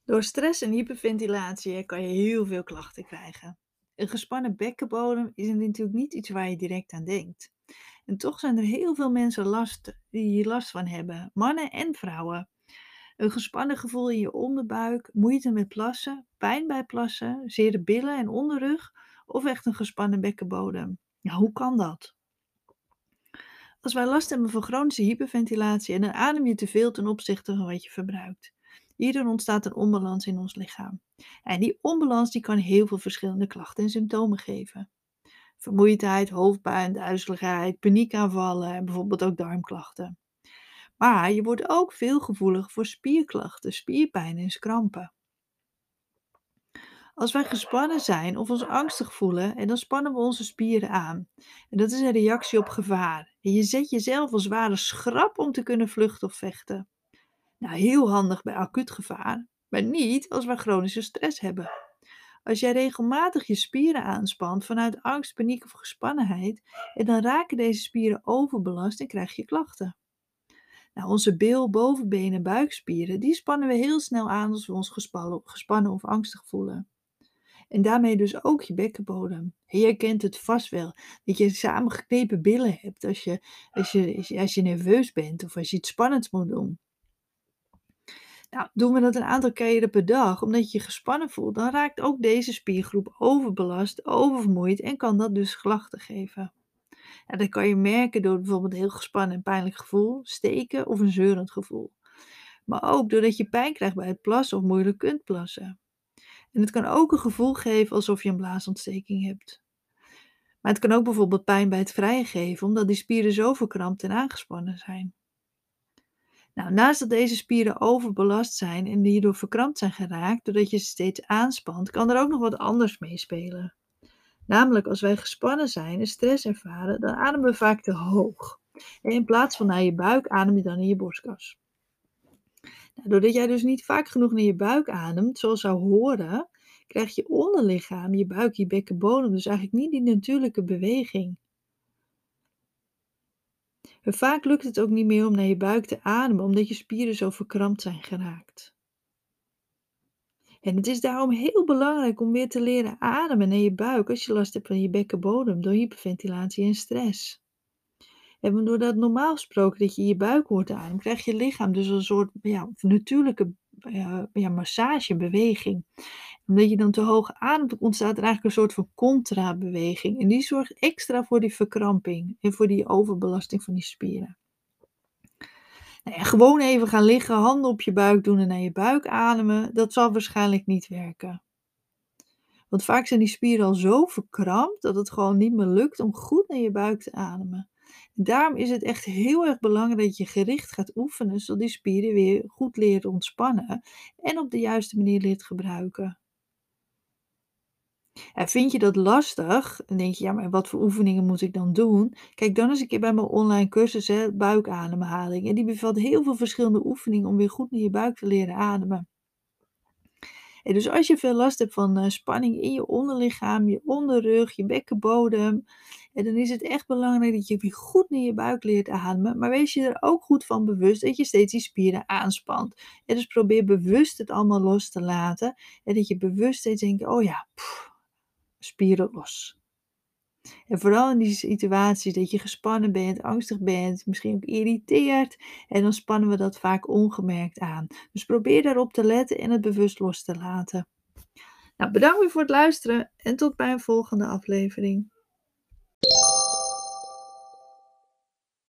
Door stress en hyperventilatie kan je heel veel klachten krijgen. Een gespannen bekkenbodem is natuurlijk niet iets waar je direct aan denkt. En toch zijn er heel veel mensen die hier last van hebben, mannen en vrouwen. Een gespannen gevoel in je onderbuik, moeite met plassen, pijn bij plassen, zere billen en onderrug of echt een gespannen bekkenbodem. Ja, hoe kan dat? Als wij last hebben van chronische hyperventilatie en dan adem je te veel ten opzichte van wat je verbruikt. Hierdoor ontstaat een onbalans in ons lichaam. En die onbalans die kan heel veel verschillende klachten en symptomen geven. Vermoeidheid, hoofdpijn, duizeligheid, paniekaanvallen en bijvoorbeeld ook darmklachten. Maar je wordt ook veel gevoelig voor spierklachten, spierpijn en krampen. Als wij gespannen zijn of ons angstig voelen, en dan spannen we onze spieren aan. En dat is een reactie op gevaar. En je zet jezelf als het ware schrap om te kunnen vluchten of vechten. Nou, heel handig bij acuut gevaar, maar niet als wij chronische stress hebben. Als jij regelmatig je spieren aanspant vanuit angst, paniek of gespannenheid, en dan raken deze spieren overbelast en krijg je klachten. Nou, onze bovenbeen en buikspieren, die spannen we heel snel aan als we ons gespannen of angstig voelen. En daarmee dus ook je bekkenbodem. En jij kent het vast wel, dat je samengeknepen billen hebt als je nerveus bent of als je iets spannends moet doen. Nou, doen we dat een aantal keren per dag, omdat je je gespannen voelt, dan raakt ook deze spiergroep overbelast, oververmoeid en kan dat dus klachten geven. Ja, dat kan je merken door bijvoorbeeld een heel gespannen en pijnlijk gevoel, steken of een zeurend gevoel. Maar ook doordat je pijn krijgt bij het plassen of moeilijk kunt plassen. En het kan ook een gevoel geven alsof je een blaasontsteking hebt. Maar het kan ook bijvoorbeeld pijn bij het vrijen geven, omdat die spieren zo verkrampt en aangespannen zijn. Nou, naast dat deze spieren overbelast zijn en hierdoor verkrampt zijn geraakt, doordat je ze steeds aanspant, kan er ook nog wat anders meespelen. Namelijk, als wij gespannen zijn en stress ervaren, dan ademen we vaak te hoog. En in plaats van naar je buik, adem je dan in je borstkas. Nou, doordat jij dus niet vaak genoeg naar je buik ademt, zoals zou horen, krijg je onderlichaam, je buik, je bekkenbodem, dus eigenlijk niet die natuurlijke beweging. En vaak lukt het ook niet meer om naar je buik te ademen, omdat je spieren zo verkrampt zijn geraakt. En het is daarom heel belangrijk om weer te leren ademen naar je buik als je last hebt van je bekkenbodem door hyperventilatie en stress. En doordat normaal gesproken dat je in je buik hoort te ademen, krijgt je lichaam dus een soort natuurlijke massagebeweging. Omdat je dan te hoog ademt, ontstaat er eigenlijk een soort van contrabeweging. En die zorgt extra voor die verkramping en voor die overbelasting van die spieren. Nou ja, gewoon even gaan liggen, handen op je buik doen en naar je buik ademen, dat zal waarschijnlijk niet werken. Want vaak zijn die spieren al zo verkrampt dat het gewoon niet meer lukt om goed naar je buik te ademen. Daarom is het echt heel erg belangrijk dat je gericht gaat oefenen, zodat die spieren weer goed leren ontspannen en op de juiste manier leert gebruiken. En vind je dat lastig? Dan denk je, ja, maar wat voor oefeningen moet ik dan doen? Kijk dan eens een keer bij mijn online cursus, hè, buikademhaling. En die bevat heel veel verschillende oefeningen om weer goed naar je buik te leren ademen. En dus als je veel last hebt van spanning in je onderlichaam, je onderrug, je bekkenbodem, en dan is het echt belangrijk dat je weer goed naar je buik leert ademen. Maar wees je er ook goed van bewust dat je steeds die spieren aanspant. En dus probeer bewust het allemaal los te laten. En dat je bewust steeds denkt, oh ja, spieren los. En vooral in die situaties dat je gespannen bent, angstig bent, misschien ook irriteerd. En dan spannen we dat vaak ongemerkt aan. Dus probeer daarop te letten en het bewust los te laten. Nou, bedankt weer voor het luisteren en tot bij een volgende aflevering.